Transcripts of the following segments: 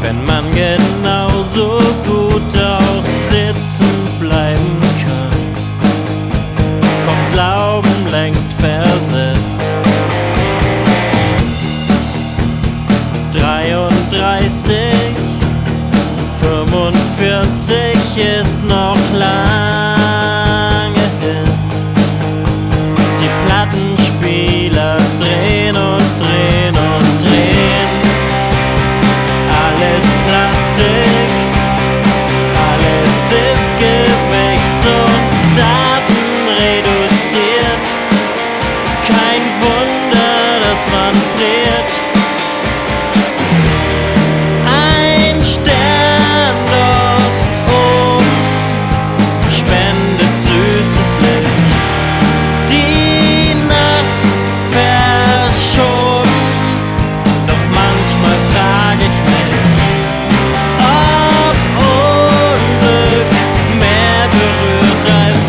wenn man genauso gut auch sitzen bleiben kann, vom Glauben längst versetzt. 33, 45 ist noch lange hin. Die Plattenspieler drehen und drehen und drehen. Alles Plastik, alles ist gewichts- und datenreduziert. Kein Wunder, dass man friert. Ein Stern dort oben spendet süßes Licht. Die Nacht verschoben, doch manchmal frage ich mich, ob Unglück mehr berührt als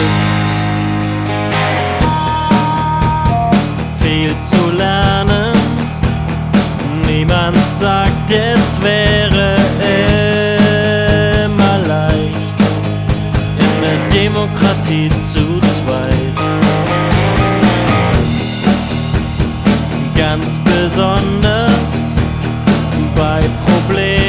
Glück. Viel zu lernen, niemand sagt, es wäre immer leicht in der Demokratie zu zweit. Ganz besonders bei Problemen